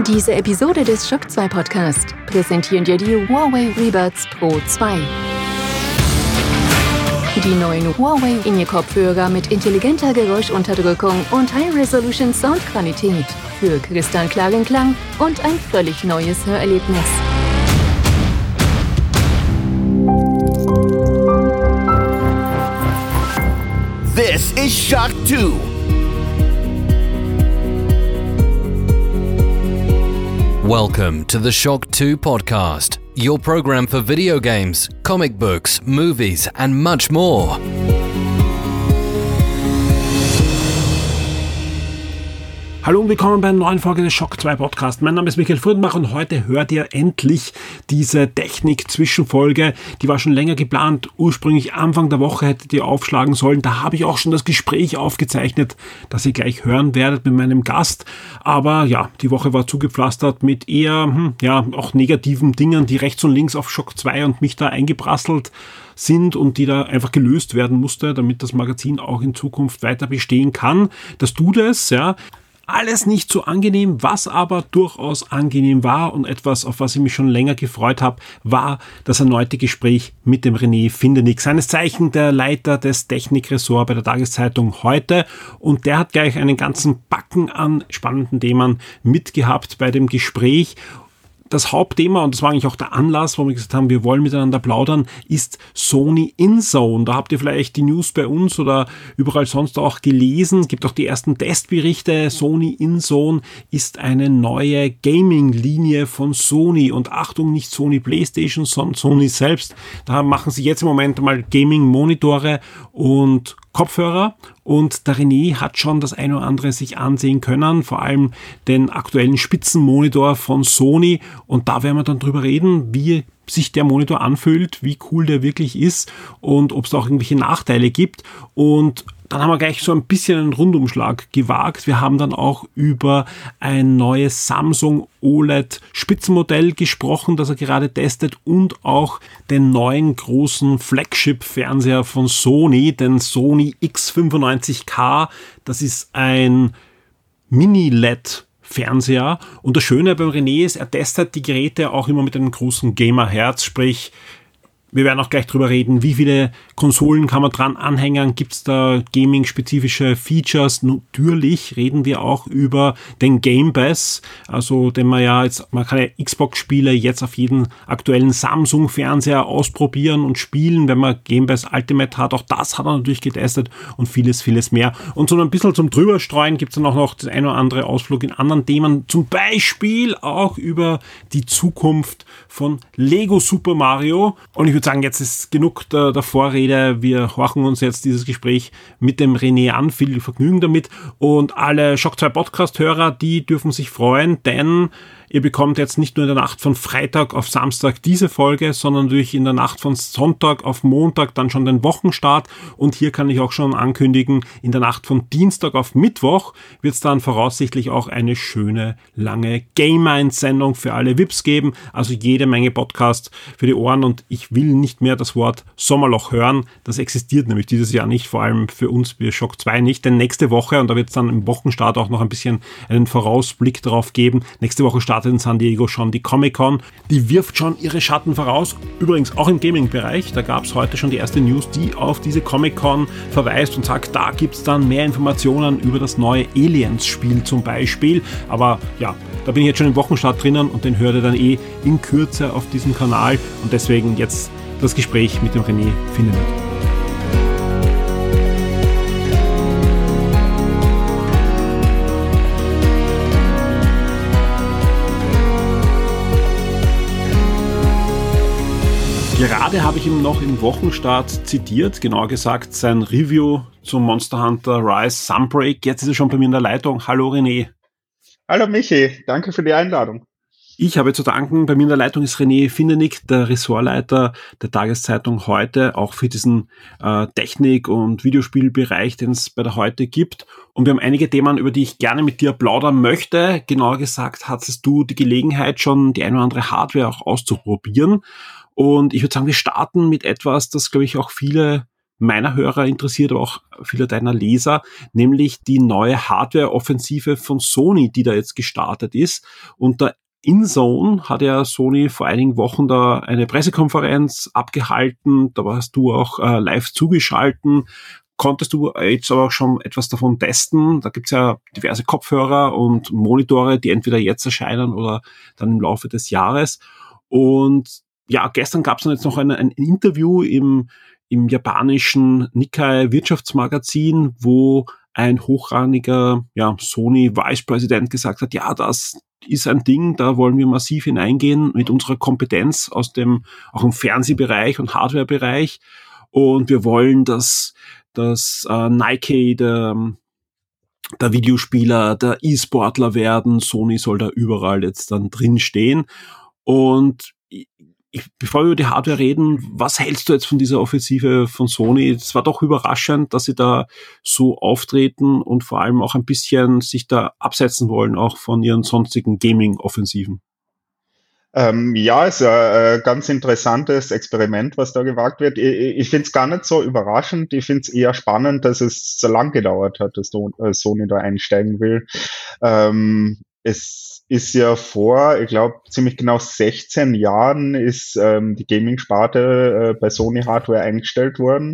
Diese Episode des Shock 2 Podcast präsentieren dir die Huawei Rebuds Pro 2. Die neuen Huawei In-Ear-Kopfhörer mit intelligenter Geräuschunterdrückung und High-Resolution Soundqualität für kristallklaren Klang und ein völlig neues Hörerlebnis. This is Shock 2. Welcome to the Shock 2 podcast, your program for video games, comic books, movies, and much more. Hallo und willkommen bei einer neuen Folge des Shock 2 Podcast. Mein Name ist Michael Friedenbach und heute hört ihr endlich diese Technik-Zwischenfolge. Die war schon länger geplant. Ursprünglich Anfang der Woche hättet ihr aufschlagen sollen. Da habe ich auch schon das Gespräch aufgezeichnet, das ihr gleich hören werdet mit meinem Gast. Aber ja, die Woche war zugepflastert mit eher, auch negativen Dingen, die rechts und links auf Shock 2 und mich da eingeprasselt sind und die da einfach gelöst werden musste, damit das Magazin auch in Zukunft weiter bestehen kann. Das tut es, ja. Alles nicht so angenehm, was aber durchaus angenehm war und etwas, auf was ich mich schon länger gefreut habe, war das erneute Gespräch mit dem René Findenig, seines Zeichen der Leiter des Technikressorts bei der Tageszeitung Heute, und der hat gleich einen ganzen Backen an spannenden Themen mitgehabt bei dem Gespräch. Das Hauptthema, und das war eigentlich auch der Anlass, warum wir gesagt haben, wir wollen miteinander plaudern, ist Sony InZone. Da habt ihr vielleicht die News bei uns oder überall sonst auch gelesen. Es gibt auch die ersten Testberichte. Sony InZone ist eine neue Gaming-Linie von Sony. Und Achtung, nicht Sony PlayStation, sondern Sony selbst. Da machen sie jetzt im Moment mal Gaming-Monitore und Kopfhörer, und der René hat schon das eine oder andere sich ansehen können, vor allem den aktuellen Spitzenmonitor von Sony, und da werden wir dann drüber reden, wie sich der Monitor anfühlt, wie cool der wirklich ist und ob es da auch irgendwelche Nachteile gibt. Und dann haben wir gleich so ein bisschen einen Rundumschlag gewagt. Wir haben dann auch über ein neues Samsung OLED Spitzenmodell gesprochen, das er gerade testet, und auch den neuen großen Flagship-Fernseher von Sony, den Sony X95K. Das ist ein Mini-LED-Fernseher. Und das Schöne beim René ist, er testet die Geräte auch immer mit einem großen Gamer-Herz, sprich, wir werden auch gleich drüber reden, wie viele Konsolen kann man dran anhängen, gibt es da Gaming-spezifische Features. Natürlich reden wir auch über den Game Pass, also den man kann ja Xbox-Spiele jetzt auf jeden aktuellen Samsung-Fernseher ausprobieren und spielen, wenn man Game Pass Ultimate hat. Auch das hat er natürlich getestet und vieles, vieles mehr. Und so ein bisschen zum Drüberstreuen gibt es dann auch noch das ein oder andere Ausflug in anderen Themen, zum Beispiel auch über die Zukunft von Lego Super Mario. Und ich würde sagen, jetzt ist genug der Vorrede. Wir horchen uns jetzt dieses Gespräch mit dem René an. Viel Vergnügen damit. Und alle Shock 2 Podcast-Hörer, die dürfen sich freuen, denn ihr bekommt jetzt nicht nur in der Nacht von Freitag auf Samstag diese Folge, sondern natürlich in der Nacht von Sonntag auf Montag dann schon den Wochenstart. Und hier kann ich auch schon ankündigen, in der Nacht von Dienstag auf Mittwoch wird es dann voraussichtlich auch eine schöne, lange Game-Minds-Sendung für alle VIPs geben. Also jede Menge Podcast für die Ohren, und ich will nicht mehr das Wort Sommerloch hören. Das existiert nämlich dieses Jahr nicht, vor allem für uns, wir Shock 2 nicht. Denn nächste Woche, und da wird es dann im Wochenstart auch noch ein bisschen einen Vorausblick darauf geben, nächste Woche startet in San Diego schon die Comic-Con. Die wirft schon ihre Schatten voraus. Übrigens auch im Gaming-Bereich. Da gab es heute schon die erste News, die auf diese Comic-Con verweist und sagt, da gibt es dann mehr Informationen über das neue Aliens-Spiel zum Beispiel. Aber ja, da bin ich jetzt schon im Wochenstart drinnen und den hört ihr dann in Kürze auf diesem Kanal. Und deswegen jetzt das Gespräch mit dem René Findenig. Gerade habe ich ihm noch im Wochenstart zitiert, genauer gesagt sein Review zum Monster Hunter Rise Sunbreak. Jetzt ist er schon bei mir in der Leitung. Hallo René. Hallo Michi, danke für die Einladung. Ich habe zu danken. Bei mir in der Leitung ist René Findenig, der Ressortleiter der Tageszeitung Heute, auch für diesen Technik- und Videospielbereich, den es bei der Heute gibt. Und wir haben einige Themen, über die ich gerne mit dir plaudern möchte. Genauer gesagt, hattest du die Gelegenheit, schon die eine oder andere Hardware auch auszuprobieren. Und ich würde sagen, wir starten mit etwas, das, glaube ich, auch viele meiner Hörer interessiert, aber auch vieler deiner Leser, nämlich die neue Hardware-Offensive von Sony, die da jetzt gestartet ist. Und der InZone hat ja Sony vor einigen Wochen da eine Pressekonferenz abgehalten, da warst du auch live zugeschalten. Konntest du jetzt aber auch schon etwas davon testen? Da gibt's ja diverse Kopfhörer und Monitore, die entweder jetzt erscheinen oder dann im Laufe des Jahres. Und ja, gestern gab's dann jetzt noch ein Interview im japanischen Nikkei Wirtschaftsmagazin, wo ein hochrangiger Sony Vice President gesagt hat, ja, das ist ein Ding, da wollen wir massiv hineingehen mit unserer Kompetenz aus dem, auch im Fernsehbereich und Hardwarebereich. Und wir wollen, dass Nike der Videospieler, der E-Sportler werden. Sony soll da überall jetzt dann drin stehen. Und bevor wir über die Hardware reden, was hältst du jetzt von dieser Offensive von Sony? Es war doch überraschend, dass sie da so auftreten und vor allem auch ein bisschen sich da absetzen wollen, auch von ihren sonstigen Gaming-Offensiven. Ja, ist ein ganz interessantes Experiment, was da gewagt wird. Ich finde es gar nicht so überraschend. Ich finde es eher spannend, dass es so lang gedauert hat, dass Sony da einsteigen will. Es ist ja vor, ich glaube, ziemlich genau 16 Jahren ist die Gaming-Sparte bei Sony Hardware eingestellt worden.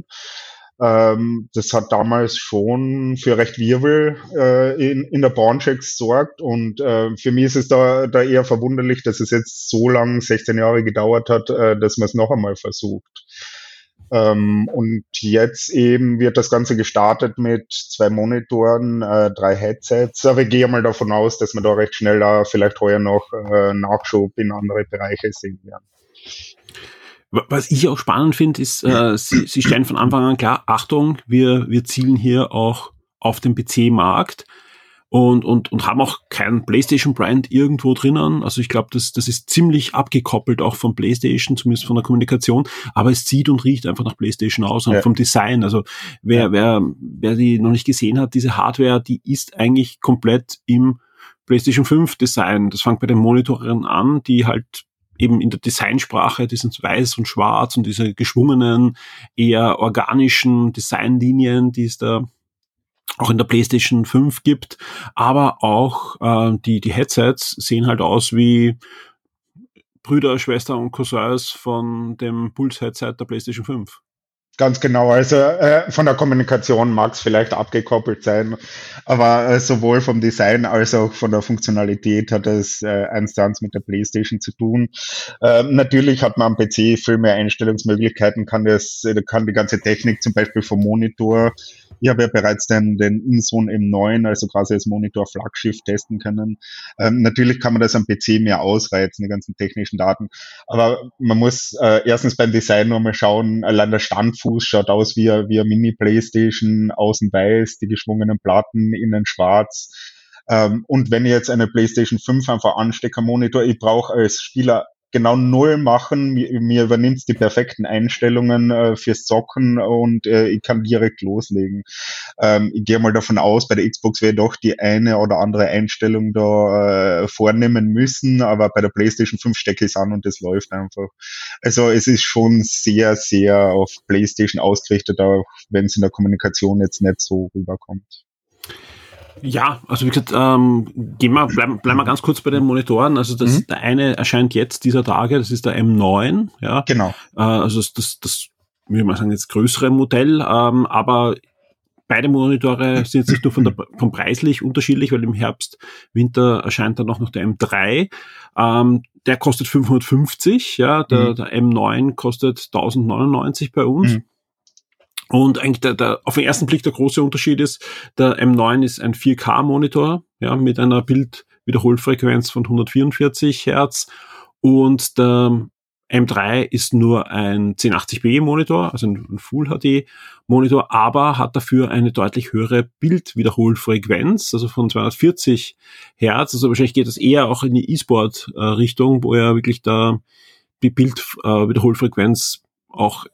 Das hat damals schon für recht Wirbel in der Branche gesorgt und für mich ist es da eher verwunderlich, dass es jetzt so lang, 16 Jahre gedauert hat, dass man es noch einmal versucht. Und jetzt eben wird das Ganze gestartet mit 2 Monitoren, 3 Headsets, aber ich gehe mal davon aus, dass wir da recht schnell vielleicht heuer noch Nachschub in andere Bereiche sehen werden. Was ich auch spannend finde, ist, sie stellen von Anfang an klar, Achtung, wir zielen hier auch auf den PC-Markt und haben auch keinen PlayStation-Brand irgendwo drinnen. Also ich glaube, das ist ziemlich abgekoppelt auch von PlayStation, zumindest von der Kommunikation, aber es sieht und riecht einfach nach PlayStation aus und vom Design. Also wer die noch nicht gesehen hat, diese Hardware, die ist eigentlich komplett im PlayStation 5 Design. Das fängt bei den Monitoren an, die halt eben in der Designsprache, die sind weiß und schwarz und diese geschwungenen, eher organischen Designlinien, die es da auch in der PlayStation 5 gibt, aber auch die Headsets sehen halt aus wie Brüder, Schwester und Cousins von dem Pulse-Headset der PlayStation 5. Ganz genau, also von der Kommunikation mag es vielleicht abgekoppelt sein, aber sowohl vom Design als auch von der Funktionalität hat es 1:1 mit der PlayStation zu tun. Natürlich hat man am PC viel mehr Einstellungsmöglichkeiten, kann die ganze Technik zum Beispiel vom Monitor, ich habe ja bereits den InZone M9, also quasi als Monitor-Flaggschiff testen können. Natürlich kann man das am PC mehr ausreizen, die ganzen technischen Daten, aber man muss erstens beim Design nur mal schauen, allein der Standfuß schaut aus wie eine Mini-Playstation, außen weiß, die geschwungenen Platten, innen schwarz. Und wenn ich jetzt eine PlayStation 5 einfach anstecke am Monitor, ich brauche als Spieler genau 0 machen, mir übernimmt die perfekten Einstellungen fürs Zocken und ich kann direkt loslegen. Ich gehe mal davon aus, bei der Xbox werde ich doch die eine oder andere Einstellung da vornehmen müssen, aber bei der PlayStation 5 stecke ich es an und das läuft einfach. Also es ist schon sehr, sehr auf PlayStation ausgerichtet, auch wenn es in der Kommunikation jetzt nicht so rüberkommt. Ja, also wie gesagt, bleiben wir ganz kurz bei den Monitoren. Also der eine erscheint jetzt dieser Tage, das ist der M9, ja. Genau. Also das würde ich mal sagen, jetzt größere Modell, aber beide Monitore sind jetzt nicht nur vom preislich unterschiedlich, weil im Herbst, Winter erscheint dann auch noch der M3. Der kostet 550, ja, der M9 kostet 1099 bei uns. Und eigentlich der auf den ersten Blick der große Unterschied ist, der M9 ist ein 4K-Monitor, ja, mit einer Bildwiederholfrequenz von 144 Hertz und der M3 ist nur ein 1080p-Monitor, also ein Full-HD-Monitor, aber hat dafür eine deutlich höhere Bildwiederholfrequenz, also von 240 Hertz. Also wahrscheinlich geht das eher auch in die E-Sport-Richtung, wo ja wirklich da die Bildwiederholfrequenz auch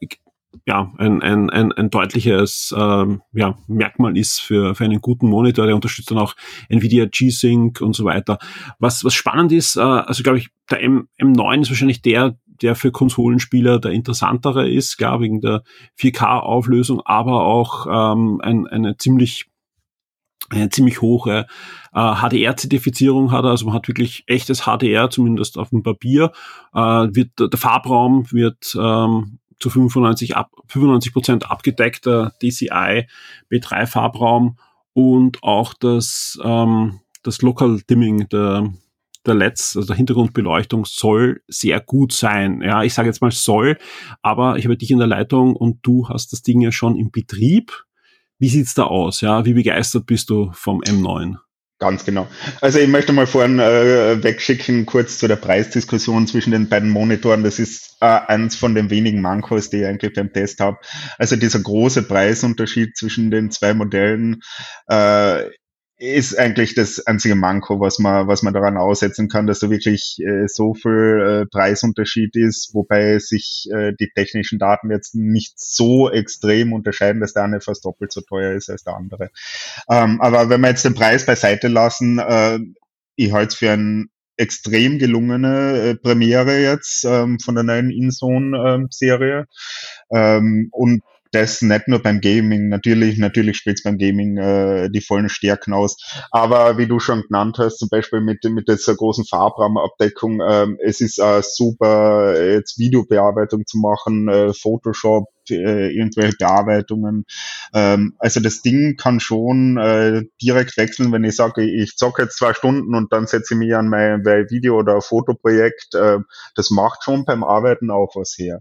ein deutliches Merkmal ist für einen guten Monitor. Der unterstützt dann auch Nvidia G-Sync und so weiter. Was spannend ist, also glaube ich, der M9 ist wahrscheinlich der der für Konsolenspieler der interessantere ist, klar, wegen der 4K-Auflösung, aber auch eine ziemlich hohe HDR-Zertifizierung hat, also man hat wirklich echtes HDR, zumindest auf dem Papier. Der Farbraum wird zu 95% abgedeckt, der DCI B3 Farbraum, und auch das Local Dimming der LEDs, also der Hintergrundbeleuchtung, soll sehr gut sein. Ja, ich sage jetzt mal soll, aber ich habe dich in der Leitung und du hast das Ding ja schon im Betrieb. Wie sieht's da aus? Ja, wie begeistert bist du vom M9? Ganz genau. Also ich möchte mal vorhin wegschicken, kurz zu der Preisdiskussion zwischen den beiden Monitoren. Das ist eins von den wenigen Mankos, die ich eigentlich beim Test habe. Also dieser große Preisunterschied zwischen den zwei Modellen ist eigentlich das einzige Manko, was man daran aussetzen kann, dass da wirklich so viel Preisunterschied ist, wobei sich die technischen Daten jetzt nicht so extrem unterscheiden, dass der eine fast doppelt so teuer ist als der andere. Aber wenn wir jetzt den Preis beiseite lassen, ich halte es für eine extrem gelungene Premiere jetzt von der neuen InZone-Serie. Und das nicht nur beim Gaming, natürlich spielt es beim Gaming die vollen Stärken aus, aber wie du schon genannt hast, zum Beispiel mit dieser großen Farbrahmenabdeckung, es ist super, jetzt Videobearbeitung zu machen, Photoshop, irgendwelche Bearbeitungen, also das Ding kann schon direkt wechseln, wenn ich sage, ich zocke jetzt 2 Stunden und dann setze ich mich an mein Video- oder Fotoprojekt, das macht schon beim Arbeiten auch was her.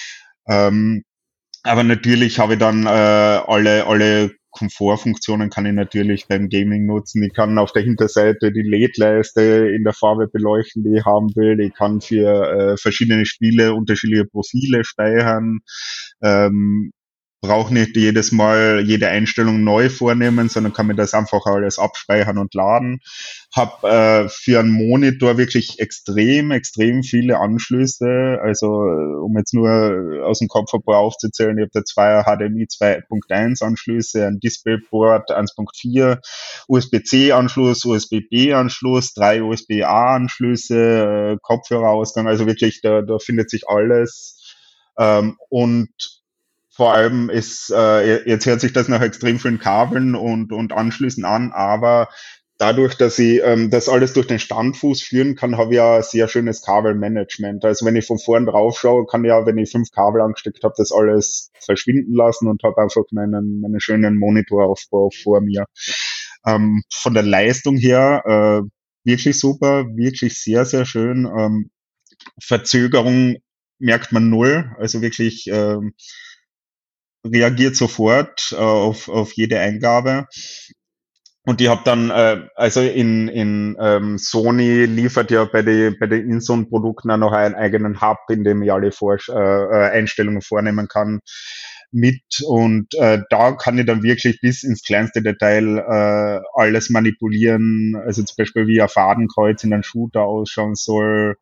Aber natürlich habe ich dann alle Komfortfunktionen kann ich natürlich beim Gaming nutzen. Ich kann auf der Hinterseite die LED-Leiste in der Farbe beleuchten, die ich haben will. Ich kann für verschiedene Spiele unterschiedliche Profile speichern. Brauche nicht jedes Mal jede Einstellung neu vornehmen, sondern kann mir das einfach alles abspeichern und laden. Hab für einen Monitor wirklich extrem viele Anschlüsse. Also um jetzt nur aus dem Kopf ein paar aufzuzählen, ich habe da 2 HDMI 2.1 Anschlüsse, ein DisplayPort 1.4, USB-C-Anschluss, USB-B-Anschluss, 3 USB-A-Anschlüsse, Kopfhörerausgang. Also wirklich, da findet sich alles. Und vor allem ist, jetzt hört sich das nach extrem vielen Kabeln und Anschlüssen an, aber dadurch, dass ich das alles durch den Standfuß führen kann, habe ich ja ein sehr schönes Kabelmanagement. Also wenn ich von vorn drauf schaue, kann ich ja, wenn ich 5 Kabel angesteckt habe, das alles verschwinden lassen und habe einfach meinen schönen Monitoraufbau vor mir. Von der Leistung her wirklich super, wirklich sehr schön. Verzögerung merkt man null, also wirklich reagiert sofort auf jede Eingabe. Und ich habe dann, also in Sony liefert ja bei den InZone-Produkten auch noch einen eigenen Hub, in dem ich alle Einstellungen vornehmen kann mit. Und da kann ich dann wirklich bis ins kleinste Detail alles manipulieren. Also zum Beispiel wie ein Fadenkreuz in einem Shooter ausschauen soll,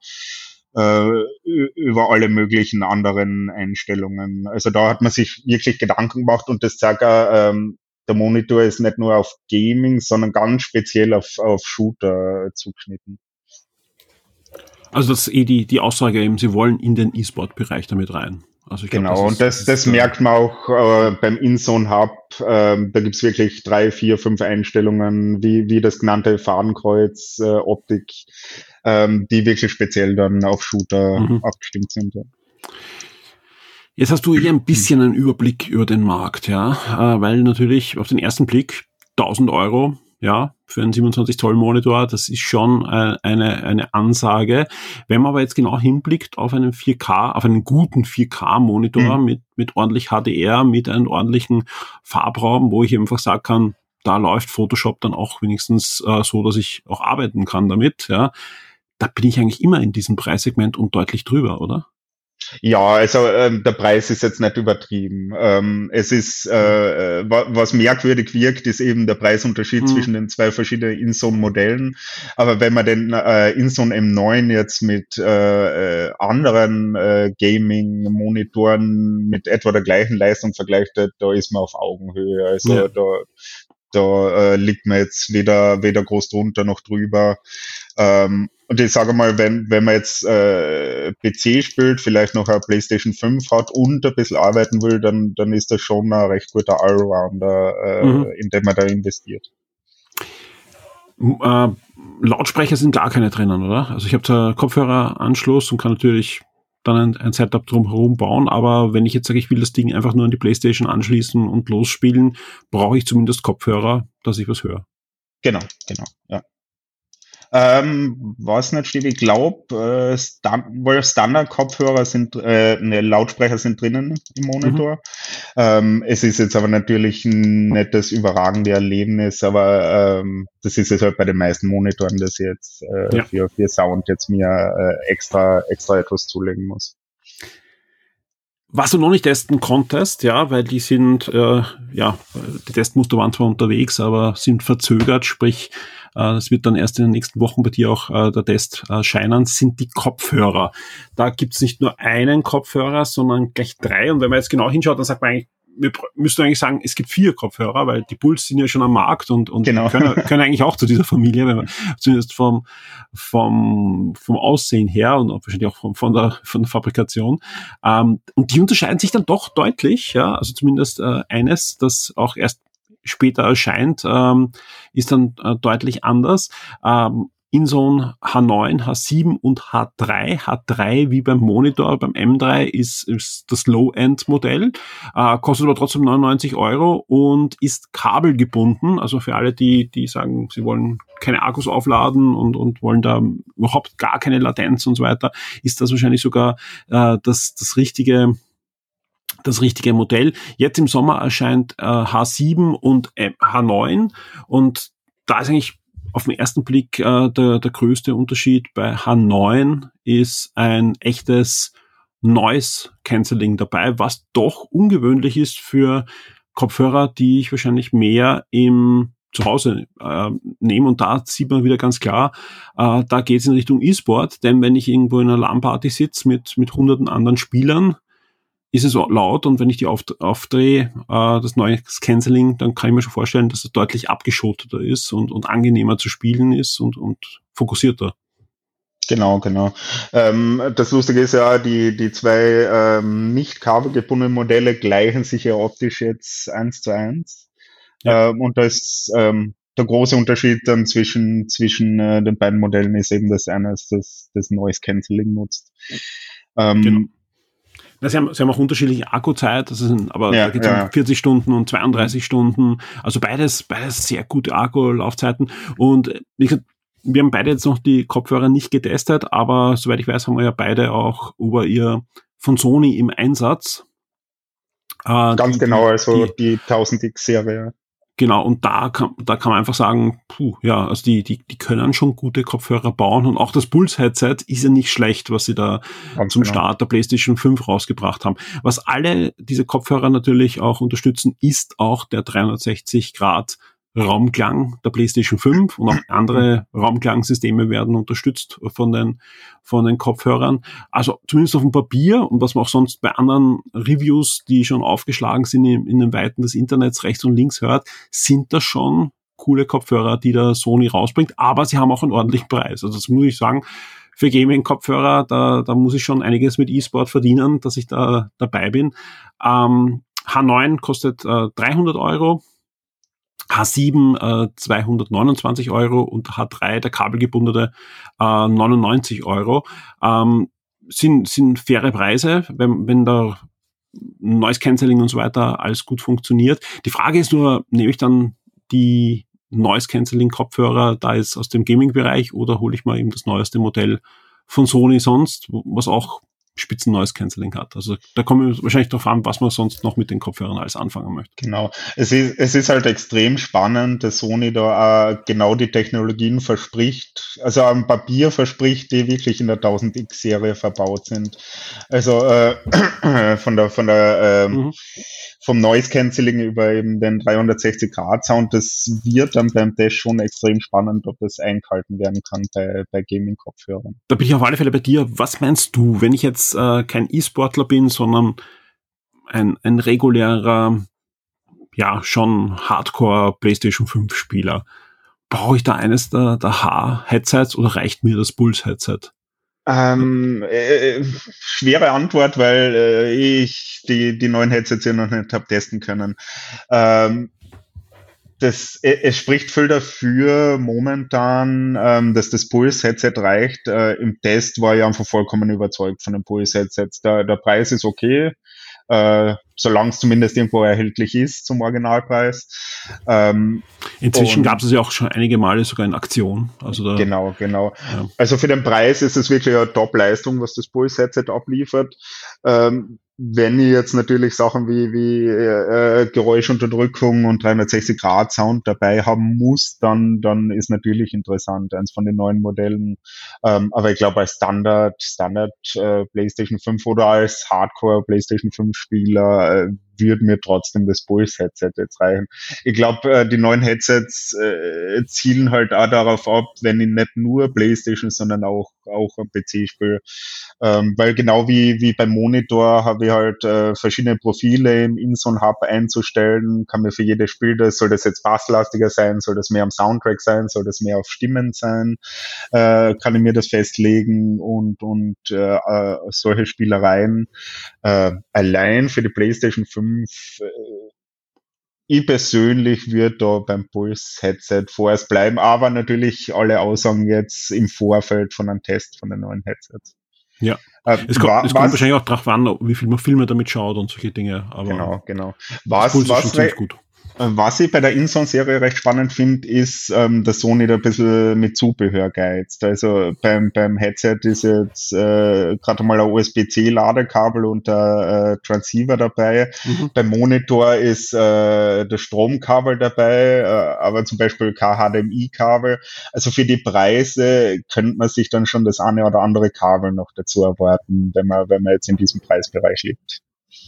über alle möglichen anderen Einstellungen. Also da hat man sich wirklich Gedanken gemacht und das zeigt auch, der Monitor ist nicht nur auf Gaming, sondern ganz speziell auf Shooter zugeschnitten. Also das ist die Aussage eben, sie wollen in den E-Sport-Bereich damit rein. Also ich glaub, genau, und das merkt man auch beim InZone Hub. Da gibt's wirklich 3, 4, 5 Einstellungen, wie das genannte Fadenkreuz, Optik, die wirklich speziell dann auf Shooter abgestimmt sind. Ja. Jetzt hast du hier ein bisschen einen Überblick über den Markt, ja, weil natürlich auf den ersten Blick 1.000 €, ja, für einen 27-Zoll-Monitor, das ist schon eine Ansage. Wenn man aber jetzt genau hinblickt auf einen 4K, auf einen guten 4K-Monitor mit ordentlich HDR, mit einem ordentlichen Farbraum, wo ich einfach sagen kann, da läuft Photoshop dann auch wenigstens so, dass ich auch arbeiten kann damit, ja, da bin ich eigentlich immer in diesem Preissegment und deutlich drüber, oder? Ja, also der Preis ist jetzt nicht übertrieben. Es ist, was merkwürdig wirkt, ist eben der Preisunterschied zwischen den zwei verschiedenen InZone-Modellen. Aber wenn man den InZone M9 jetzt mit anderen Gaming-Monitoren mit etwa der gleichen Leistung vergleicht, da ist man auf Augenhöhe. Also da liegt man jetzt weder groß drunter noch drüber. Und ich sage mal, wenn man jetzt PC spielt, vielleicht noch eine PlayStation 5 hat und ein bisschen arbeiten will, dann ist das schon ein recht guter Allrounder, in den man da investiert. Lautsprecher sind gar keine drinnen, oder? Also ich habe da Kopfhöreranschluss und kann natürlich dann ein Setup drumherum bauen, aber wenn ich jetzt sage, ich will das Ding einfach nur an die PlayStation anschließen und losspielen, brauche ich zumindest Kopfhörer, dass ich was höre. Genau, ja. Was nicht steht, ich glaube, Standard-Kopfhörer sind, Lautsprecher sind drinnen im Monitor. Es ist jetzt aber natürlich nicht das überragende Erlebnis, aber das ist jetzt halt bei den meisten Monitoren, dass ich jetzt für Sound jetzt mir extra etwas zulegen muss. Was du noch nicht testen konntest, ja, weil die sind, die Testmuster waren zwar unterwegs, aber sind verzögert, sprich, das wird dann erst in den nächsten Wochen bei dir auch der Test erscheinen, sind die Kopfhörer. Da gibt's nicht nur einen Kopfhörer, sondern gleich 3. Und wenn man jetzt genau hinschaut, dann sagt man eigentlich, wir müssten eigentlich sagen, es gibt 4 Kopfhörer, weil die Puls sind ja schon am Markt und genau. können eigentlich auch zu dieser Familie, wenn man zumindest vom Aussehen her und wahrscheinlich auch von der Fabrikation. Und die unterscheiden sich dann doch deutlich, ja, also zumindest eines, das auch erst später erscheint, ist dann deutlich anders. InZone H9, H7 und H3. H3 wie beim Monitor, beim M3 ist das Low-End-Modell, kostet aber trotzdem 99 € und ist kabelgebunden. Also für alle, die sagen, sie wollen keine Akkus aufladen und wollen da überhaupt gar keine Latenz und so weiter, ist das wahrscheinlich sogar das richtige Modell. Jetzt im Sommer erscheint H7 und H9 und da ist eigentlich auf den ersten Blick der größte Unterschied. Bei H9 ist ein echtes Noise Cancelling dabei, was doch ungewöhnlich ist für Kopfhörer, die ich wahrscheinlich mehr zu Hause nehme. Und da sieht man wieder ganz klar, da geht es in Richtung E-Sport, denn wenn ich irgendwo in einer LAN-Party sitze mit hunderten anderen Spielern, ist es laut und wenn ich die aufdrehe, das neue Cancelling, dann kann ich mir schon vorstellen, dass es deutlich abgeschotteter ist und angenehmer zu spielen ist und fokussierter. Genau. Das Lustige ist ja, die zwei nicht kabelgebundenen Modelle gleichen sich ja optisch jetzt 1:1. Ja. Und da ist der große Unterschied dann zwischen den beiden Modellen ist eben, dass eines das Noise Cancelling nutzt. Genau. Sie haben auch unterschiedliche Akkuzeit, da geht es um 40 Stunden und 32 Stunden, also beides sehr gute Akkulaufzeiten und wie gesagt, wir haben beide jetzt noch die Kopfhörer nicht getestet, aber soweit ich weiß, haben wir ja beide auch von Sony im Einsatz. Ganz genau, die 1000X-Serie. Genau, und da kann man einfach sagen, also die können schon gute Kopfhörer bauen und auch das Pulse-Headset ist ja nicht schlecht, was sie da zum Start der PlayStation 5 rausgebracht haben. Was alle diese Kopfhörer natürlich auch unterstützen, ist auch der 360 Grad Raumklang der PlayStation 5 und auch andere Raumklangsysteme werden unterstützt von den Kopfhörern. Also zumindest auf dem Papier und was man auch sonst bei anderen Reviews, die schon aufgeschlagen sind in den Weiten des Internets rechts und links hört, sind das schon coole Kopfhörer, die der Sony rausbringt, aber sie haben auch einen ordentlichen Preis. Also das muss ich sagen, für Gaming-Kopfhörer, da muss ich schon einiges mit E-Sport verdienen, dass ich da dabei bin. H9 kostet 300 €. H7 229 € und H3, der kabelgebundene, 99 €. Sind faire Preise, wenn da Noise Cancelling und so weiter alles gut funktioniert. Die Frage ist nur, nehme ich dann die Noise Cancelling Kopfhörer da jetzt aus dem Gaming-Bereich oder hole ich mal eben das neueste Modell von Sony sonst, was auch Spitzen Noise Cancelling hat. Also da kommen wir wahrscheinlich darauf an, was man sonst noch mit den Kopfhörern alles anfangen möchte. Genau. Es ist halt extrem spannend, dass Sony da genau die Technologien verspricht, also am Papier verspricht, die wirklich in der 1000X-Serie verbaut sind. Also vom Noise Cancelling über eben den 360-Grad-Sound, das wird dann beim Test schon extrem spannend, ob das eingehalten werden kann bei Gaming-Kopfhörern. Da bin ich auf alle Fälle bei dir. Was meinst du, wenn ich jetzt kein E-Sportler bin, sondern ein regulärer, ja, schon Hardcore PlayStation 5 Spieler? brauche ich da eines der H-Headsets oder reicht mir das Pulse-Headset? Schwere Antwort, weil ich die neuen Headsets ja noch nicht habe testen können. Es spricht viel dafür momentan, dass das Pulse-Headset reicht. Im Test war ich einfach vollkommen überzeugt von den Pulse-Headsets. Der Preis ist okay, solange es zumindest irgendwo erhältlich ist zum Originalpreis. Inzwischen gab es ja auch schon einige Male sogar in Aktion. Also Genau. Ja. Also für den Preis ist es wirklich eine Top-Leistung, was das Pulse-Headset abliefert. Wenn ich jetzt natürlich Sachen wie Geräuschunterdrückung und 360-Grad-Sound dabei haben muss, dann ist natürlich interessant, eins von den neuen Modellen. Aber ich glaube, als Standard PlayStation 5 oder als Hardcore PlayStation 5 Spieler würde mir trotzdem das Pulse-Headset jetzt reichen. Ich glaube, die neuen Headsets zielen halt auch darauf ab, wenn ich nicht nur PlayStation, sondern auch am PC spiele. Weil genau wie beim Monitor habe ich halt verschiedene Profile im InZone Hub einzustellen, kann mir für jedes Spiel, soll das jetzt basslastiger sein, soll das mehr am Soundtrack sein, soll das mehr auf Stimmen sein, kann ich mir das festlegen und solche Spielereien allein für die PlayStation 5 ich persönlich würde da beim Pulse-Headset vorerst bleiben, aber natürlich alle Aussagen jetzt im Vorfeld von einem Test von den neuen Headsets. Ja, es kommt wahrscheinlich auch drauf an, wie viel man Filme damit schaut und solche Dinge. Aber genau. Was ich bei der InZone-Serie recht spannend finde, ist, dass Sony da ein bisschen mit Zubehör geizt. Also beim Headset ist jetzt gerade mal ein USB-C-Ladekabel und der Transceiver dabei. Beim Monitor ist das Stromkabel dabei, aber zum Beispiel kein HDMI-Kabel. Also für die Preise könnte man sich dann schon das eine oder andere Kabel noch dazu erwarten, wenn man jetzt in diesem Preisbereich liegt.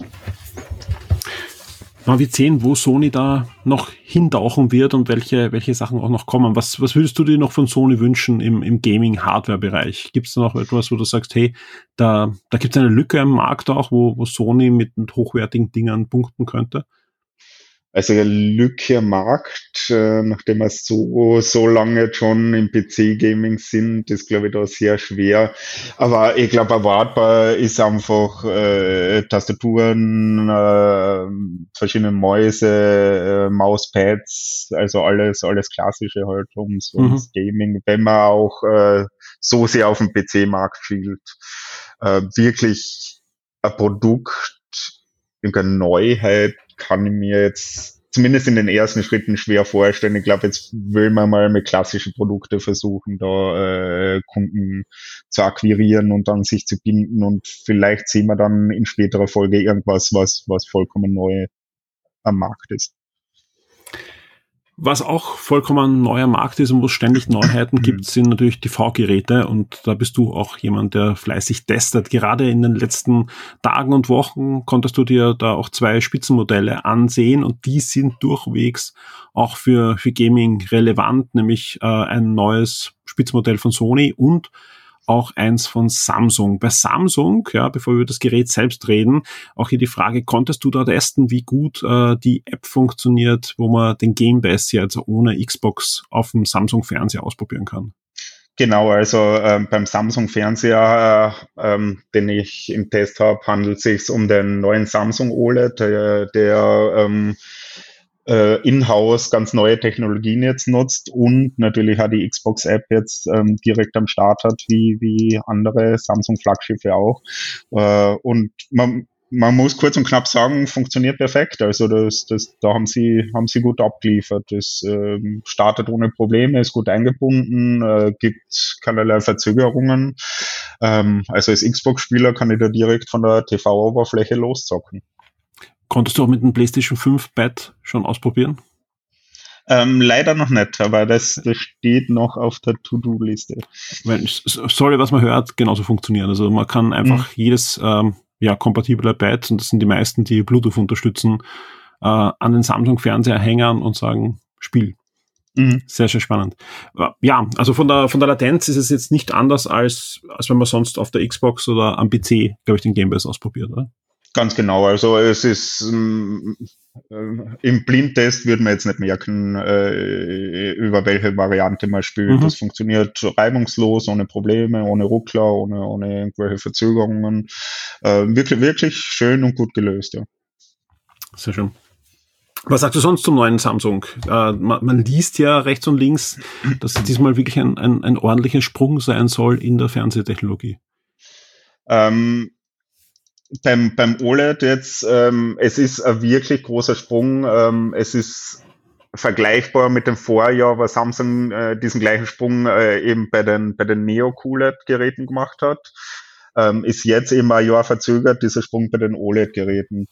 Mal wir sehen, wo Sony da noch hintauchen wird und welche Sachen auch noch kommen. Was würdest du dir noch von Sony wünschen im Gaming-Hardware-Bereich? Gibt es da noch etwas, wo du sagst, hey, da gibt es eine Lücke im Markt auch, wo Sony mit hochwertigen Dingern punkten könnte? Also eine Lücke am Markt, nachdem wir so lange schon im PC-Gaming sind, ist, glaube ich, da sehr schwer. Aber ich glaube, erwartbar ist einfach Tastaturen, verschiedene Mäuse, Mauspads, also alles Klassische halt ums Gaming, wenn man auch so sehr auf dem PC-Markt spielt. Wirklich ein Produkt, irgendeine Neuheit kann ich mir jetzt zumindest in den ersten Schritten schwer vorstellen. Ich glaube, jetzt will man mal mit klassischen Produkten versuchen, da Kunden zu akquirieren und dann sich zu binden und vielleicht sehen wir dann in späterer Folge irgendwas, was vollkommen neu am Markt ist. Was auch vollkommen neuer Markt ist und wo es ständig Neuheiten gibt, sind natürlich TV-Geräte und da bist du auch jemand, der fleißig testet. Gerade in den letzten Tagen und Wochen konntest du dir da auch 2 Spitzenmodelle ansehen und die sind durchwegs auch für Gaming relevant, nämlich ein neues Spitzenmodell von Sony und auch eins von Samsung. Bei Samsung, ja, bevor wir über das Gerät selbst reden, auch hier die Frage, konntest du da testen, wie gut die App funktioniert, wo man den Game Pass jetzt ohne Xbox auf dem Samsung-Fernseher ausprobieren kann? Genau, also beim Samsung-Fernseher, den ich im Test habe, handelt es sich um den neuen Samsung OLED, der in-house ganz neue Technologien jetzt nutzt und natürlich auch die Xbox-App jetzt direkt am Start hat, wie andere Samsung-Flaggschiffe auch. Und man muss kurz und knapp sagen, funktioniert perfekt. Also da haben sie gut abgeliefert. Das startet ohne Probleme, ist gut eingebunden, gibt keinerlei Verzögerungen. Also als Xbox-Spieler kann ich da direkt von der TV-Oberfläche loszocken. Konntest du auch mit dem PlayStation 5 Pad schon ausprobieren? Leider noch nicht, aber das steht noch auf der To-Do-Liste. Soll, was man hört, genauso funktionieren. Also man kann einfach jedes kompatible Pad, und das sind die meisten, die Bluetooth unterstützen, an den Samsung-Fernseher hängen und sagen, Spiel. Sehr, sehr spannend. Ja, also von der Latenz ist es jetzt nicht anders, als wenn man sonst auf der Xbox oder am PC, glaube ich, den Game Pass ausprobiert, oder? Ganz genau. Also es ist im Blindtest würde man jetzt nicht merken, über welche Variante man spielt. Das funktioniert reibungslos, ohne Probleme, ohne Ruckler, ohne irgendwelche Verzögerungen. Wirklich schön und gut gelöst, ja. Sehr schön. Was sagst du sonst zum neuen Samsung? Man liest ja rechts und links, dass es diesmal wirklich ein ordentlicher Sprung sein soll in der Fernsehtechnologie. Beim OLED jetzt, es ist ein wirklich großer Sprung. Es ist vergleichbar mit dem Vorjahr, wo Samsung diesen gleichen Sprung eben bei den Neo-QLED-Geräten gemacht hat. Ist jetzt eben ein Jahr verzögert, dieser Sprung bei den OLED-Geräten.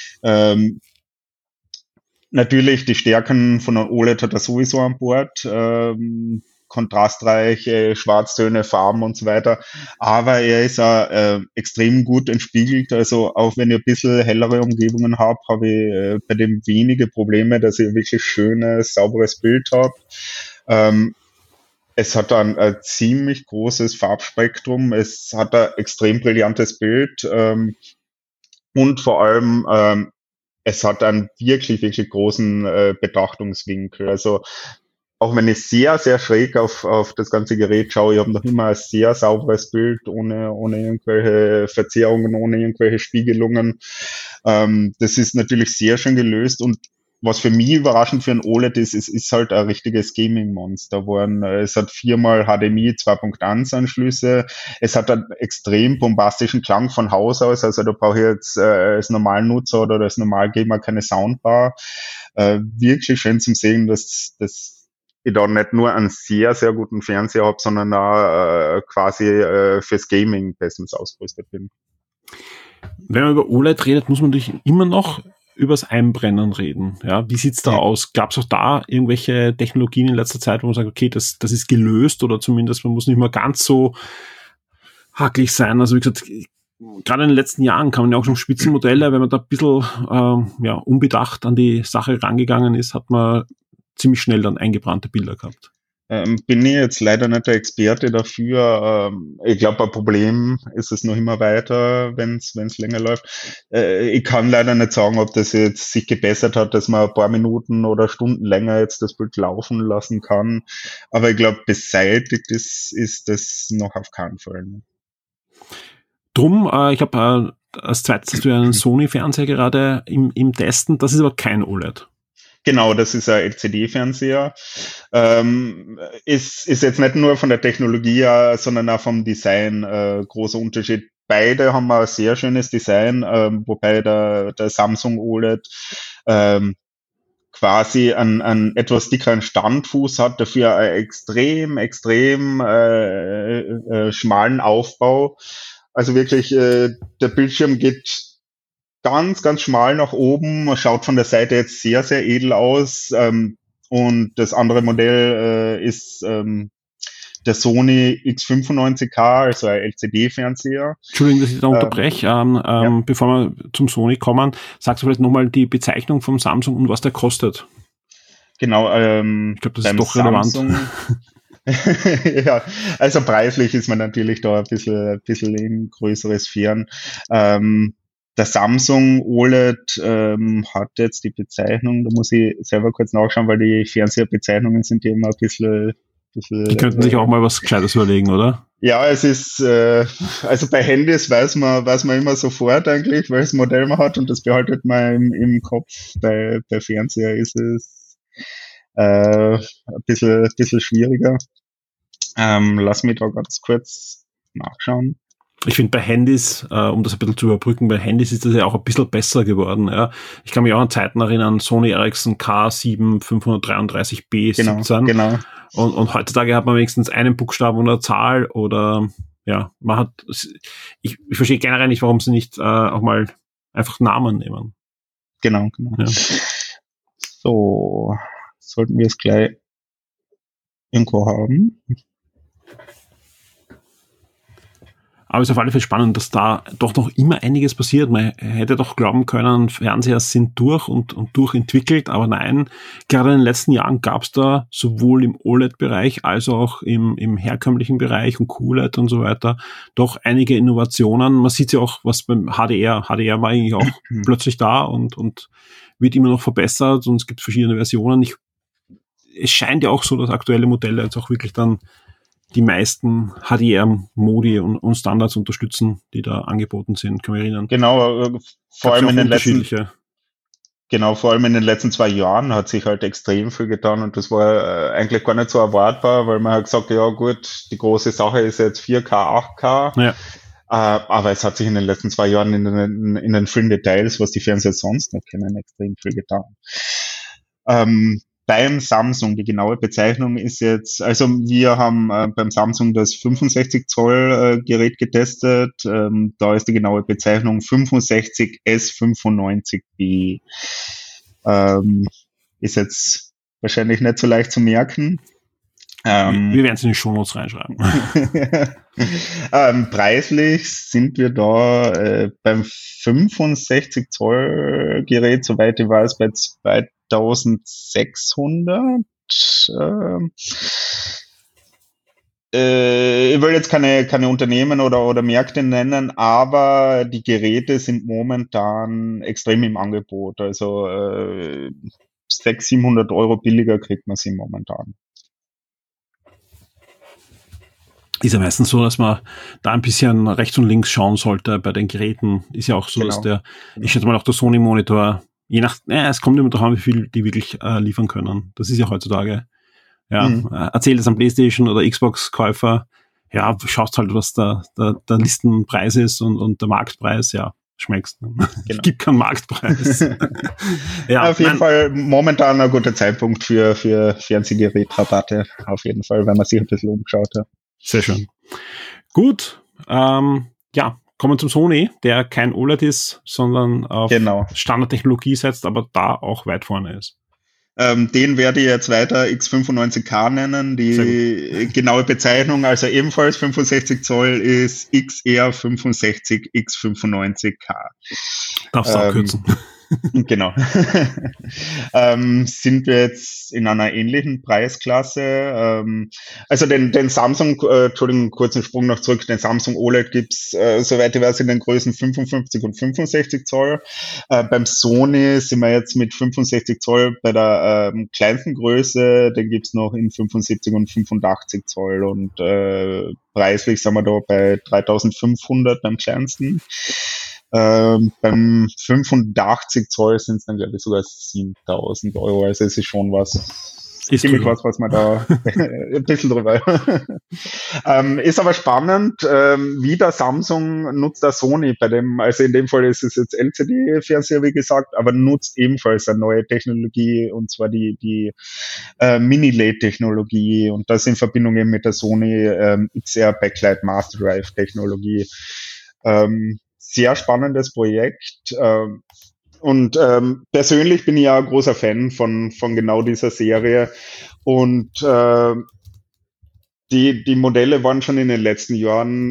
Natürlich, die Stärken von einem OLED hat er sowieso an Bord. Kontrastreiche Schwarztöne, Farben und so weiter. Aber er ist auch extrem gut entspiegelt. Also auch wenn ich ein bisschen hellere Umgebungen habe, habe ich bei dem wenige Probleme, dass ich wirklich schönes, sauberes Bild habe. Es hat ein ziemlich großes Farbspektrum. Es hat ein extrem brillantes Bild. Und vor allem es hat einen wirklich, wirklich großen Betrachtungswinkel. Also auch wenn ich sehr, sehr schräg auf das ganze Gerät schaue, ich habe noch immer ein sehr sauberes Bild, ohne irgendwelche Verzerrungen, ohne irgendwelche Spiegelungen. Das ist natürlich sehr schön gelöst und was für mich überraschend für ein OLED ist, es ist halt ein richtiges Gaming-Monster. Es hat 4x HDMI 2.1 Anschlüsse. Es hat einen extrem bombastischen Klang von Haus aus. Also da brauche ich jetzt als normalen Nutzer oder als Normalgamer keine Soundbar. Wirklich schön zum Sehen, dass ich da nicht nur einen sehr, sehr guten Fernseher habe, sondern auch quasi fürs Gaming bestens ausgerüstet bin. Wenn man über OLED redet, muss man natürlich immer noch übers Einbrennen reden. Ja, wie sieht's da aus? Gab es auch da irgendwelche Technologien in letzter Zeit, wo man sagt, okay, das ist gelöst oder zumindest man muss nicht mehr ganz so hakelig sein. Also wie gesagt, gerade in den letzten Jahren kann man ja auch schon Spitzenmodelle, wenn man da ein bisschen unbedacht an die Sache rangegangen ist, hat man ziemlich schnell dann eingebrannte Bilder gehabt. Bin ich jetzt leider nicht der Experte dafür. Ich glaube, ein Problem ist es noch immer weiter, wenn es länger läuft. Ich kann leider nicht sagen, ob das jetzt sich gebessert hat, dass man ein paar Minuten oder Stunden länger jetzt das Bild laufen lassen kann. Aber ich glaube, beseitigt ist das noch auf keinen Fall. Drum, ich habe als zweites hast du ja einen Sony-Fernseher gerade im Testen. Das ist aber kein OLED. Genau, das ist ein LCD-Fernseher. Ist jetzt nicht nur von der Technologie her, sondern auch vom Design großer Unterschied. Beide haben ein sehr schönes Design, wobei der Samsung OLED quasi einen etwas dickeren Standfuß hat, dafür einen extrem schmalen Aufbau. Also wirklich, der Bildschirm geht ganz, ganz schmal nach oben, schaut von der Seite jetzt sehr, sehr edel aus. Und das andere Modell ist der Sony X95K, also ein LCD-Fernseher. Entschuldigung, dass ich da unterbreche. Ja. Bevor wir zum Sony kommen, sagst du vielleicht nochmal die Bezeichnung vom Samsung und was der kostet. Genau. Ich glaube, das ist doch relevant. Ja, also preislich ist man natürlich da ein bisschen in größere Sphären. Der Samsung OLED hat jetzt die Bezeichnung, da muss ich selber kurz nachschauen, weil die Fernseherbezeichnungen sind ja immer ein bisschen die könnten sich auch mal was Gescheites überlegen, oder? Ja, es ist, also bei Handys weiß man immer sofort eigentlich, welches Modell man hat und das behaltet man im Kopf. Bei Fernseher ist es ein bisschen schwieriger. Lass mich da ganz kurz nachschauen. Ich finde bei Handys, um das ein bisschen zu überbrücken, bei Handys ist das ja auch ein bisschen besser geworden. Ja. Ich kann mich auch an Zeiten erinnern, Sony Ericsson K7 533B 17. Genau. Und heutzutage hat man wenigstens einen Buchstaben und eine Zahl oder ja, man hat, ich verstehe generell nicht, warum sie nicht auch mal einfach Namen nehmen. Genau. Ja. So, sollten wir es gleich irgendwo haben. Aber es ist auf alle Fälle spannend, dass da doch noch immer einiges passiert. Man hätte doch glauben können, Fernseher sind durch und durchentwickelt, aber nein, gerade in den letzten Jahren gab es da sowohl im OLED-Bereich als auch im herkömmlichen Bereich und QLED und so weiter doch einige Innovationen. Man sieht ja auch, was beim HDR war eigentlich auch plötzlich da und wird immer noch verbessert und es gibt verschiedene Versionen. Es scheint ja auch so, dass aktuelle Modelle jetzt auch wirklich dann die meisten HDR-Modi und Standards unterstützen, die da angeboten sind. Kann mich erinnern. Genau, vor allem in den letzten 2 Jahren hat sich halt extrem viel getan und das war eigentlich gar nicht so erwartbar, weil man hat gesagt, ja gut, die große Sache ist jetzt 4K, 8K. Ja. Aber es hat sich in den letzten 2 Jahren in den vielen Details, was die Fernseher sonst noch kennen, extrem viel getan. Beim Samsung, die genaue Bezeichnung ist jetzt, also wir haben beim Samsung das 65 Zoll Gerät getestet, da ist die genaue Bezeichnung 65S95B. Ist jetzt wahrscheinlich nicht so leicht zu merken. Wir werden es in die Shownotes reinschreiben. Preislich sind wir da beim 65 Zoll Gerät, soweit ich weiß, bei 2600. Ich will jetzt keine Unternehmen oder Märkte nennen, aber die Geräte sind momentan extrem im Angebot. Also 600-700 Euro billiger kriegt man sie momentan. Ist ja meistens so, dass man da ein bisschen rechts und links schauen sollte bei den Geräten. Ist ja auch so, dass ich schätze mal auch der Sony-Monitor, es kommt immer darauf an, wie viel die wirklich liefern können. Das ist ja heutzutage, erzählt es am PlayStation oder Xbox-Käufer, schaust halt, was der Listenpreis ist und der Marktpreis, schmeckst. Genau. Es gibt keinen Marktpreis. Auf jeden Fall momentan ein guter Zeitpunkt für Fernsehgerätrabatte, auf jeden Fall, wenn man sich ein bisschen umgeschaut hat. Sehr schön. Gut, kommen wir zum Sony, der kein OLED ist, sondern auf Standardtechnologie setzt, aber da auch weit vorne ist. Den werde ich jetzt weiter X95K nennen. Die genaue Bezeichnung, also ebenfalls 65 Zoll, ist XR65 X95K. Darfst du abkürzen. Genau. Sind wir jetzt in einer ähnlichen Preisklasse. Also den Samsung, Entschuldigung, kurzen Sprung noch zurück, den Samsung OLED gibt's, soweit ich weiß, in den Größen 55 und 65 Zoll. Beim Sony sind wir jetzt mit 65 Zoll bei der kleinsten Größe, den gibt's noch in 75 und 85 Zoll und preislich sind wir da bei 3.500 beim kleinsten. Beim 85 Zoll sind es dann, glaube ich, sogar 7.000 Euro. Also es ist schon ziemlich was man da ein bisschen drüber. Ist aber spannend, wie der Samsung nutzt der Sony bei dem, also in dem Fall ist es jetzt LCD-Fernseher, wie gesagt, aber nutzt ebenfalls eine neue Technologie, und zwar die Mini-LED-Technologie, und das in Verbindung eben mit der Sony XR Backlight Master Drive Technologie. Sehr spannendes Projekt. Und persönlich bin ich ja ein großer Fan von genau dieser Serie. Und die Modelle waren schon in den letzten Jahren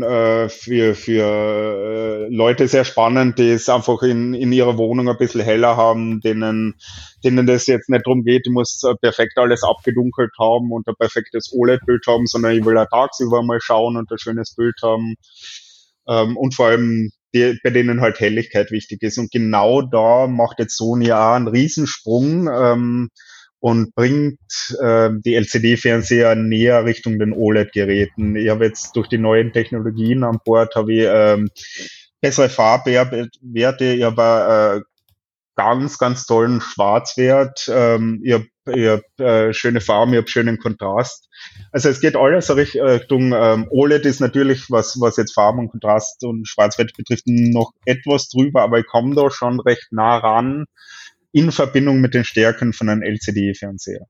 für Leute sehr spannend, die es einfach in ihrer Wohnung ein bisschen heller haben, denen das jetzt nicht darum geht, ich muss perfekt alles abgedunkelt haben und ein perfektes OLED-Bild haben, sondern ich will auch tagsüber mal schauen und ein schönes Bild haben. Und vor allem bei denen halt Helligkeit wichtig ist. Und genau da macht jetzt Sony auch einen Riesensprung und bringt die LCD-Fernseher näher Richtung den OLED-Geräten. Ich habe jetzt durch die neuen Technologien an Bord bessere Farbwerte, ich habe ganz, ganz tollen Schwarzwert, ich habe schöne Farben, ich habe schönen Kontrast. Also es geht alles Richtung OLED ist natürlich, was jetzt Farben und Kontrast und Schwarzwert betrifft, noch etwas drüber, aber ich komme da schon recht nah ran in Verbindung mit den Stärken von einem LCD-Fernseher.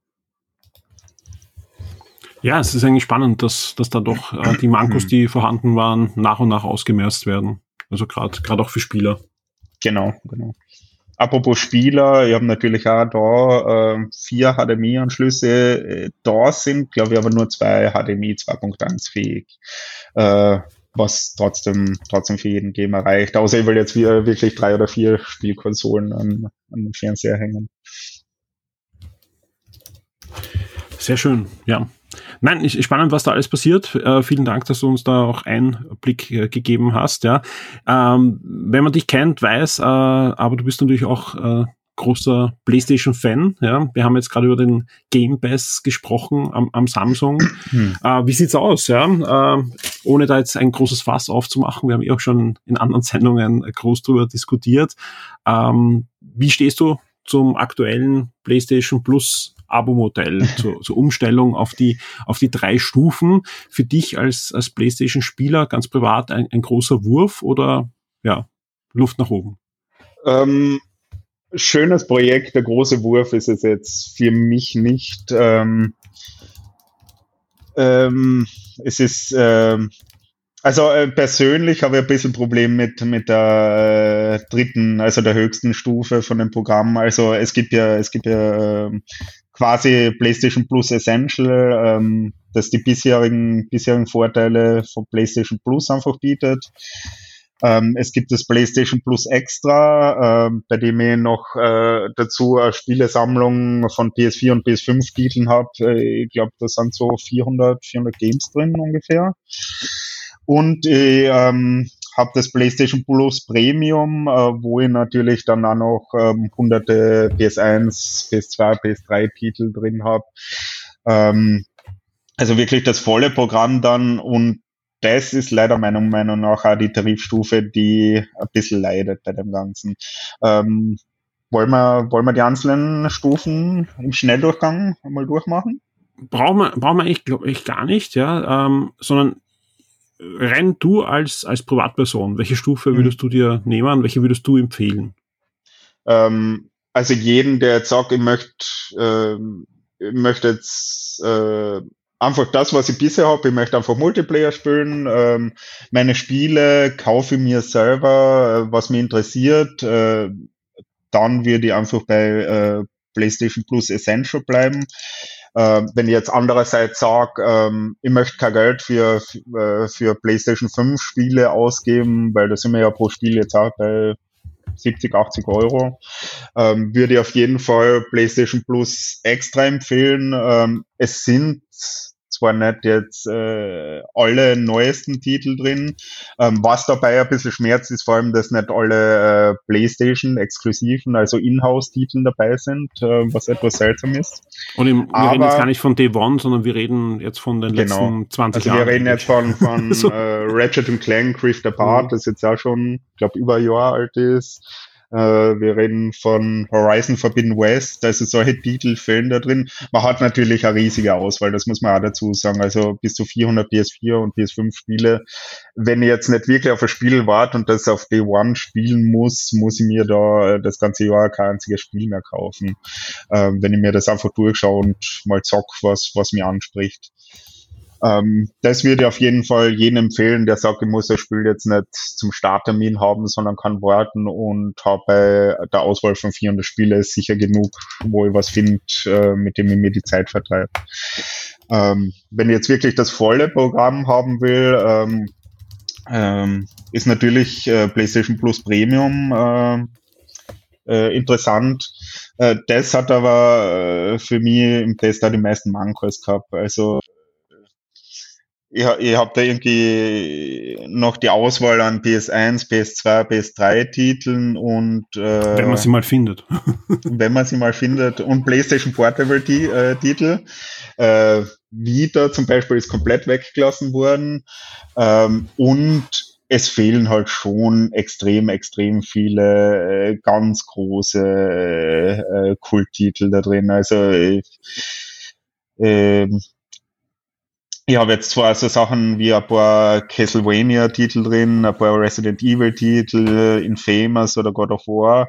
Ja, es ist eigentlich spannend, dass da doch die Mankos, die vorhanden waren, nach und nach ausgemerzt werden. Also gerade auch für Spieler. Genau. Apropos Spieler, ich habe natürlich auch da 4 HDMI-Anschlüsse da sind, glaube ich, aber nur 2 HDMI 2.1 fähig. was trotzdem für jeden Gamer reicht. Außer ich will jetzt wirklich 3 oder 4 Spielkonsolen an den Fernseher hängen. Sehr schön, ja. Nein, ist spannend, was da alles passiert. Vielen Dank, dass du uns da auch Einblick gegeben hast. Ja, wenn man dich kennt, weiß, aber du bist natürlich auch großer PlayStation-Fan. Ja, wir haben jetzt gerade über den Game Pass gesprochen am Samsung. Wie sieht's aus? Ja, ohne da jetzt ein großes Fass aufzumachen. Wir haben auch schon in anderen Sendungen groß drüber diskutiert. Wie stehst du zum aktuellen PlayStation Plus Abo-Modell, zur Umstellung auf die 3 Stufen? Für dich als PlayStation-Spieler ganz privat ein großer Wurf oder ja, Luft nach oben? Schönes Projekt, der große Wurf ist es jetzt für mich nicht. Es ist persönlich habe ich ein bisschen Problem mit der dritten, also der höchsten Stufe von dem Programm. Also es gibt ja quasi PlayStation Plus Essential, das die bisherigen Vorteile von PlayStation Plus einfach bietet. Es gibt das PlayStation Plus Extra, bei dem ich noch dazu eine Spielesammlung von PS4 und PS5 Titeln habe. Ich glaube, da sind so 400 Games drin ungefähr. Und ich habe das PlayStation Plus Premium, wo ich natürlich dann auch noch hunderte PS1, PS2, PS3 Titel drin habe. Also wirklich das volle Programm dann, und das ist leider meiner Meinung nach auch die Tarifstufe, die ein bisschen leidet bei dem Ganzen. Wollen wir die einzelnen Stufen im Schnelldurchgang einmal durchmachen? Brauchen wir eigentlich, glaube ich, gar nicht, ja, sondern rein du als Privatperson, welche Stufe würdest du dir nehmen, welche würdest du empfehlen? Also jeden, der jetzt sagt, ich möchte jetzt einfach das, was ich bisher habe, ich möchte einfach Multiplayer spielen, meine Spiele kaufe ich mir selber, was mich interessiert, dann würde ich einfach bei PlayStation Plus Essential bleiben. Wenn ich jetzt andererseits sage, ich möchte kein Geld für PlayStation 5 Spiele ausgeben, weil da sind wir ja pro Spiel jetzt auch bei 70, 80 Euro, würde ich auf jeden Fall PlayStation Plus Extra empfehlen. Es sind zwar nicht jetzt alle neuesten Titel drin, was dabei ein bisschen schmerzt, ist vor allem, dass nicht alle PlayStation-exklusiven, also Inhouse-Titeln dabei sind, was etwas seltsam ist. Und wir reden jetzt gar nicht von Day One, sondern wir reden jetzt von den letzten 20 Jahren. Also wir reden jetzt von so. Ratchet & Clank Rift Apart, das jetzt auch schon, ich glaube, über ein Jahr alt ist. Wir reden von Horizon Forbidden West, also solche Titel fehlen da drin. Man hat natürlich eine riesige Auswahl, das muss man auch dazu sagen, also bis zu 400 PS4 und PS5 Spiele. Wenn ich jetzt nicht wirklich auf ein Spiel warte und das auf Day One spielen muss ich mir da das ganze Jahr kein einziges Spiel mehr kaufen. Wenn ich mir das einfach durchschaue und mal zock, was mir anspricht. Das würde ich auf jeden Fall jedem empfehlen, der sagt, ich muss das Spiel jetzt nicht zum Starttermin haben, sondern kann warten, und habe bei der Auswahl von 400 Spiele sicher genug, wo ich was finde, mit dem ich mir die Zeit vertreibe. Wenn ich jetzt wirklich das volle Programm haben will, ist natürlich PlayStation Plus Premium interessant. Das hat aber für mich im Test auch die meisten Mankos gehabt. Also ich hab da irgendwie noch die Auswahl an PS1, PS2, PS3 Titeln und wenn man sie mal findet. Und PlayStation Portable Titel. Vita zum Beispiel ist komplett weggelassen worden. Und es fehlen halt schon extrem viele ganz große Kulttitel da drin. Also ich habe jetzt zwar so Sachen wie ein paar Castlevania-Titel drin, ein paar Resident Evil-Titel, Infamous oder God of War.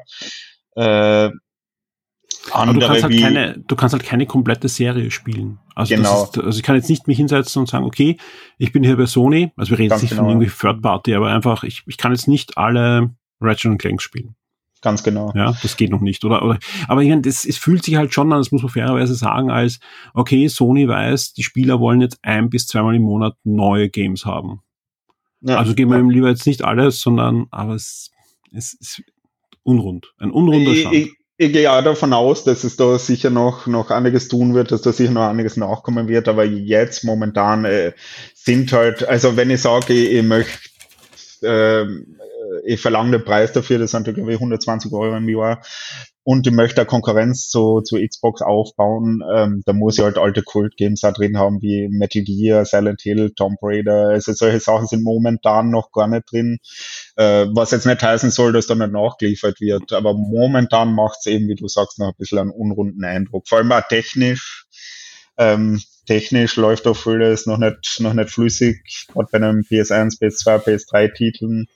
Aber du kannst halt keine komplette Serie spielen. Also genau. Ich kann jetzt nicht mich hinsetzen und sagen, okay, ich bin hier bei Sony, also wir reden jetzt nicht von irgendwie Third Party, aber einfach, ich kann jetzt nicht alle Ratchet & Clank spielen. Ganz genau. Ja, das geht noch nicht, oder? Aber ich meine, es fühlt sich halt schon an, das muss man fairerweise sagen, als, okay, Sony weiß, die Spieler wollen jetzt 1 bis 2 Mal im Monat neue Games haben. Ja, Also geben wir ihm lieber jetzt nicht alles, aber es ist unrund. Ein unrunder Stand. Ich gehe ja davon aus, dass es da sicher noch einiges tun wird, dass da sicher noch einiges nachkommen wird, aber jetzt momentan sind halt, also wenn ich sage, ich möchte, ich verlange den Preis dafür, das sind glaube ich 120 € im Jahr, und ich möchte eine Konkurrenz zu Xbox aufbauen, da muss ich halt alte Kult-Games da drin haben, wie Metal Gear, Silent Hill, Tomb Raider, also solche Sachen sind momentan noch gar nicht drin, was jetzt nicht heißen soll, dass da nicht nachgeliefert wird, aber momentan macht es eben, wie du sagst, noch ein bisschen einen unrunden Eindruck, vor allem auch technisch. Technisch läuft auch vieles noch nicht flüssig, gerade bei einem PS1, PS2, PS3-Titeln.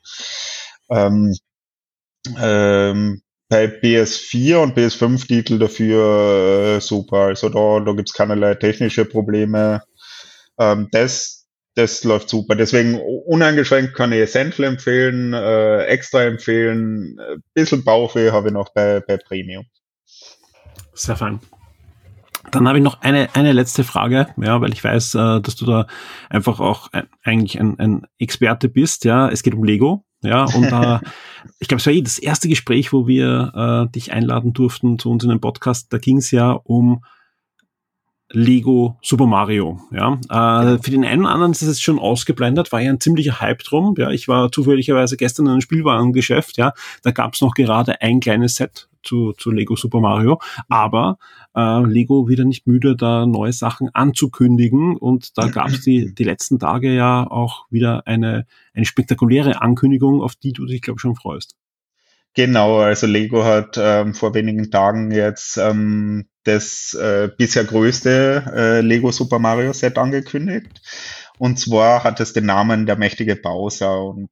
Bei PS4 und PS5-Titel dafür super. Also da gibt's keinerlei technische Probleme. Das läuft super. Deswegen uneingeschränkt kann ich Essential empfehlen, extra empfehlen. Ein bisschen Bauchweh habe ich noch bei Premium. Sehr fein. Dann habe ich noch eine letzte Frage, ja, weil ich weiß, dass du da einfach auch eigentlich ein Experte bist, ja. Es geht um Lego, ja, und ich glaube, es war das erste Gespräch, wo wir dich einladen durften zu uns in den Podcast. Da ging es ja um Lego Super Mario, ja. Für den einen oder anderen ist es schon ausgeblendet, war ja ein ziemlicher Hype drum, ja. Ich war zufälligerweise gestern in einem Spielwarengeschäft, ja. Da gab es noch gerade ein kleines Set zu Lego Super Mario, aber Lego wieder nicht müde, da neue Sachen anzukündigen, und da gab es die letzten Tage ja auch wieder eine spektakuläre Ankündigung, auf die du dich, glaube ich, schon freust. Genau, also Lego hat vor wenigen Tagen jetzt das bisher größte Lego Super Mario Set angekündigt. Und zwar hat es den Namen Der mächtige Bowser, und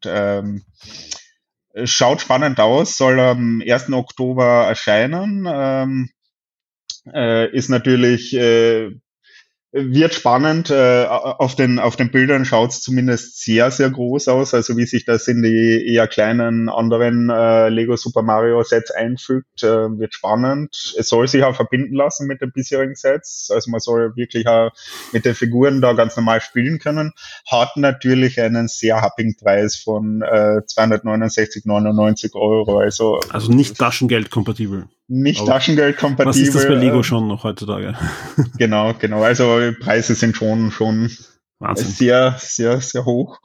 schaut spannend aus, soll am 1. Oktober erscheinen. Ist natürlich, wird spannend. Auf den Bildern schaut es zumindest sehr, sehr groß aus. Also wie sich das in die eher kleinen anderen Lego Super Mario Sets einfügt, wird spannend. Es soll sich auch verbinden lassen mit den bisherigen Sets. Also man soll wirklich auch mit den Figuren da ganz normal spielen können. Hat natürlich einen sehr happigen Preis von 269,99 €. Also nicht Taschengeld-kompatibel. Nicht Taschengeld-kompatibel. Was ist das bei Lego schon noch heutzutage? Genau. Also die Preise sind schon Wahnsinn. sehr, sehr, sehr hoch.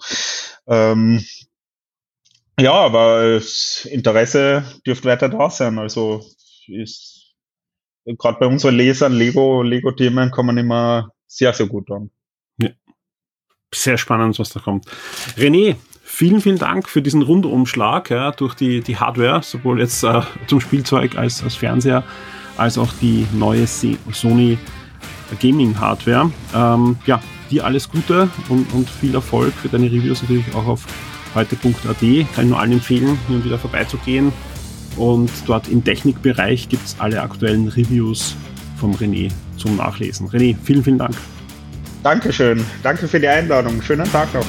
Ja, aber das Interesse dürfte weiter da sein. Also ist gerade bei unseren Lesern Lego-Themen kommen immer sehr, sehr gut an. Ja. Sehr spannend, was da kommt. René, vielen, vielen Dank für diesen Rundumschlag, ja, durch die Hardware, sowohl jetzt zum Spielzeug als Fernseher, als auch die neue Sony Gaming Hardware. Ja, dir alles Gute und viel Erfolg für deine Reviews, natürlich auch auf heute.at. Kann ich nur allen empfehlen, hin und wieder vorbeizugehen. Und dort im Technikbereich gibt es alle aktuellen Reviews vom René zum Nachlesen. René, vielen, vielen Dank. Dankeschön. Danke für die Einladung. Schönen Tag noch.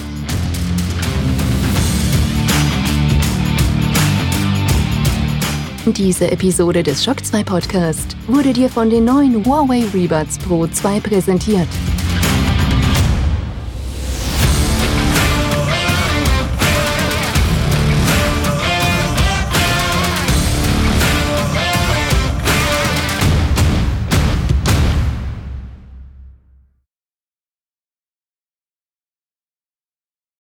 Diese Episode des Shock 2 Podcast wurde dir von den neuen Huawei Rebuds Pro 2 präsentiert.